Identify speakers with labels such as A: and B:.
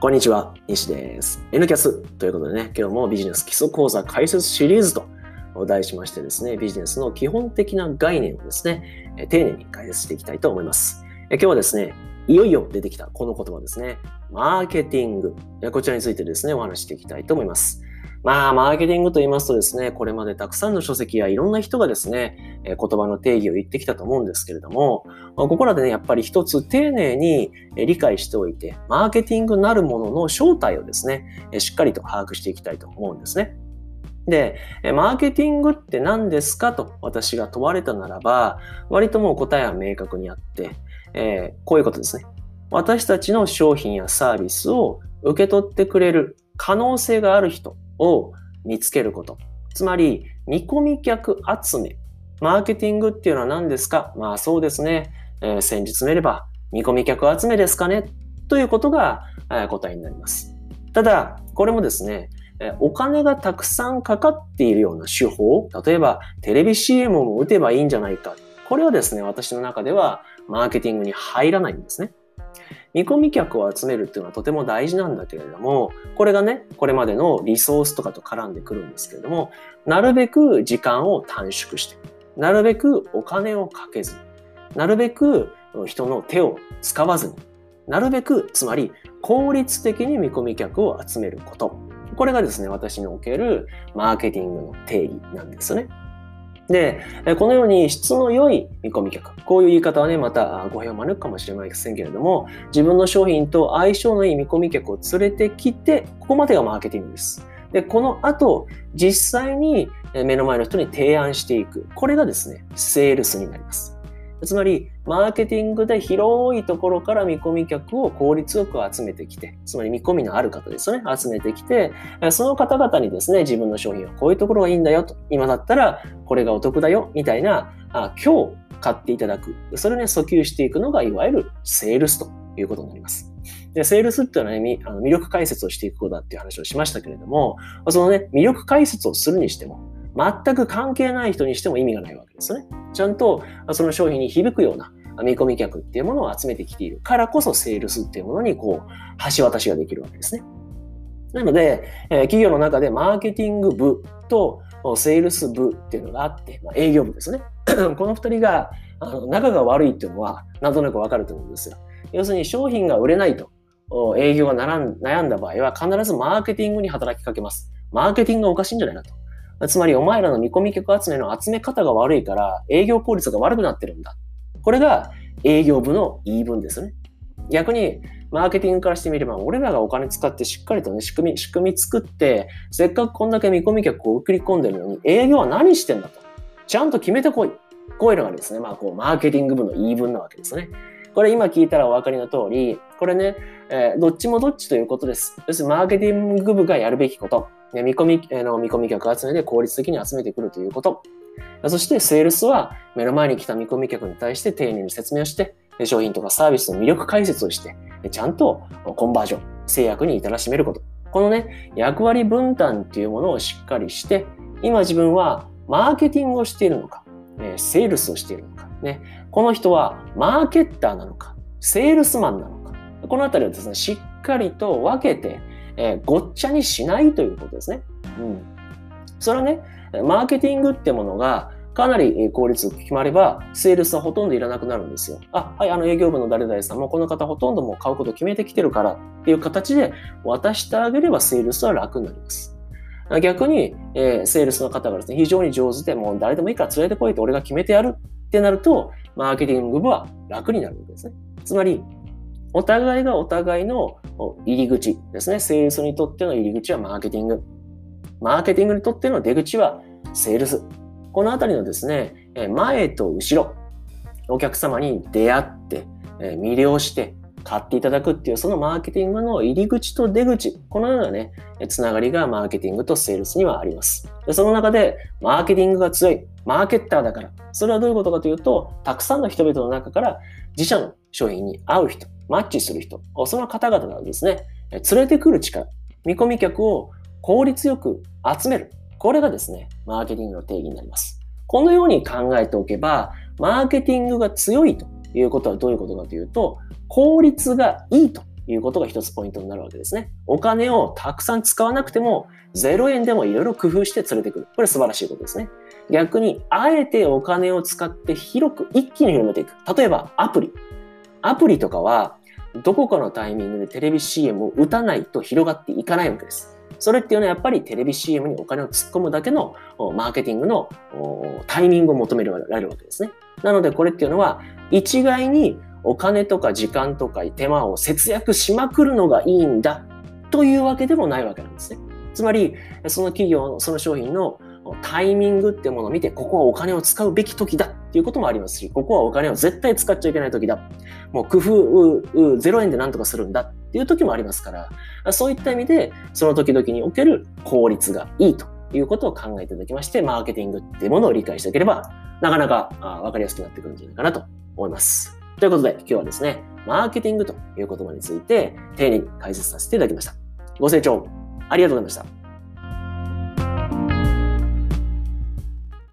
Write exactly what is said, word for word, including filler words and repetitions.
A: こんにちは、西です。N キャスということでね、今日もビジネス基礎講座解説シリーズと題しましてですね、ビジネスの基本的な概念をですね、丁寧に解説していきたいと思います。今日はですね、いよいよ出てきたこの言葉ですね、マーケティング。こちらについてですね、お話していきたいと思います。まあ、マーケティングと言いますとですね、これまでたくさんの書籍やいろんな人がですね、言葉の定義を言ってきたと思うんですけれども、ここらでね、やっぱり一つ丁寧に理解しておいて、マーケティングなるものの正体をですね、しっかりと把握していきたいと思うんですね。で、マーケティングって何ですかと私が問われたならば、割ともう答えは明確にあって、えー、こういうことですね。私たちの商品やサービスを受け取ってくれる可能性がある人を見つけること。つまり、見込み客集め。マーケティングっていうのは何ですか？まあそうですね。えー、先日詰めれば、見込み客集めですかねということが、えー、答えになります。ただ、これもですね、えー、お金がたくさんかかっているような手法、例えばテレビ シーエム も打てばいいんじゃないか。これはですね、私の中ではマーケティングに入らないんですね。見込み客を集めるっていうのはとても大事なんだけれども、これがね、これまでのリソースとかと絡んでくるんですけれども、なるべく時間を短縮して、なるべくお金をかけずに、なるべく人の手を使わずに、なるべく、つまり効率的に見込み客を集めること。これがですね、私におけるマーケティングの定義なんですね。で、このように質の良い見込み客。こういう言い方はね、また語弊を招くかもしれませんけれども、自分の商品と相性のいい見込み客を連れてきて、ここまでがマーケティングです。で、この後、実際に目の前の人に提案していく。これがですね、セールスになります。つまり、マーケティングで広いところから見込み客を効率よく集めてきて、つまり見込みのある方ですよね、集めてきて、その方々にですね、自分の商品はこういうところがいいんだよと、今だったらこれがお得だよ、みたいな、あ今日買っていただく。それをね、訴求していくのが、いわゆるセールスということになります。で、セールスっていうのはね、あの魅力解説をしていくことだっていう話をしましたけれども、そのね、魅力解説をするにしても、全く関係ない人にしても意味がないわけですよね。ちゃんとその商品に響くような見込み客っていうものを集めてきているからこそセールスっていうものにこう橋渡しができるわけですね。なので、えー、企業の中でマーケティング部とセールス部っていうのがあって、まあ、営業部ですね。この二人があの仲が悪いっていうのはなんとなくわかると思うんですよ。要するに商品が売れないと営業が悩んだ場合は必ずマーケティングに働きかけます。マーケティングがおかしいんじゃないかと。つまりお前らの見込み客集めの集め方が悪いから営業効率が悪くなってるんだ。これが営業部の言い分ですね。逆にマーケティングからしてみれば俺らがお金使ってしっかりとね仕組み、仕組み作ってせっかくこんだけ見込み客を送り込んでるのに営業は何してんだと。ちゃんと決めてこい。こういうのがですね、まあこうマーケティング部の言い分なわけですね。これ今聞いたらお分かりの通り、これね、えー、どっちもどっちということです。要するにマーケティング部がやるべきこと。見込み、あの見込み客集めで効率的に集めてくるということ。そしてセールスは目の前に来た見込み客に対して丁寧に説明をして、商品とかサービスの魅力解説をして、ちゃんとコンバージョン、制約に至らしめること。このね、役割分担っていうものをしっかりして、今自分はマーケティングをしているのか、セールスをしているのか、ね、この人はマーケッターなのか、セールスマンなのか、このあたりをですね、しっかりと分けて、えー、ごっちゃにしないということですね。うん。それはね、マーケティングってものがかなり効率よく決まれば、セールスはほとんどいらなくなるんですよ。あ、はい、あの営業部の誰々さんもこの方ほとんどもう買うこと決めてきてるからっていう形で渡してあげればセールスは楽になります。逆に、えー、セールスの方がですね、非常に上手でもう誰でもいいから連れてこいと俺が決めてやるってなると、マーケティング部は楽になるわけですね。つまり、お互いがお互いの入り口ですね。セールスにとっての入り口はマーケティング。マーケティングにとっての出口はセールス。このあたりのですね、前と後ろ、お客様に出会って、魅了して買っていただくっていう、そのマーケティングの入り口と出口、このようなね、つながりがマーケティングとセールスにはあります。でその中で、マーケティングが強い、マーケッターだから、それはどういうことかというと、たくさんの人々の中から自社の商品に合う人、マッチする人、その方々なんですね、連れてくる力、見込み客を効率よく集める。これがですね、マーケティングの定義になります。このように考えておけば、マーケティングが強いということはどういうことかというと、効率がいいということが一つポイントになるわけですね。お金をたくさん使わなくても、ゼロえんでもいろいろ工夫して連れてくる。これ素晴らしいことですね。逆に、あえてお金を使って広く一気に広めていく。例えば、アプリ。アプリとかは、どこかのタイミングでテレビ シーエム を打たないと広がっていかないわけです。それっていうのはやっぱりテレビ シーエム にお金を突っ込むだけのマーケティングのタイミングを求められるわけですね。なのでこれっていうのは一概にお金とか時間とか手間を節約しまくるのがいいんだというわけでもないわけなんですね。つまりその企業、その商品のタイミングっていうものを見て、ここはお金を使うべき時だっていうこともありますし、ここはお金を絶対使っちゃいけない時だ。もう工夫、ゼロえんで何とかするんだっていう時もありますから、そういった意味で、その時々における効率がいいということを考えていただきまして、マーケティングっていうものを理解していければ、なかなかわかりやすくなってくるんじゃないかなと思います。ということで、今日はですね、マーケティングという言葉について丁寧に解説させていただきました。ご清聴ありがとうございました。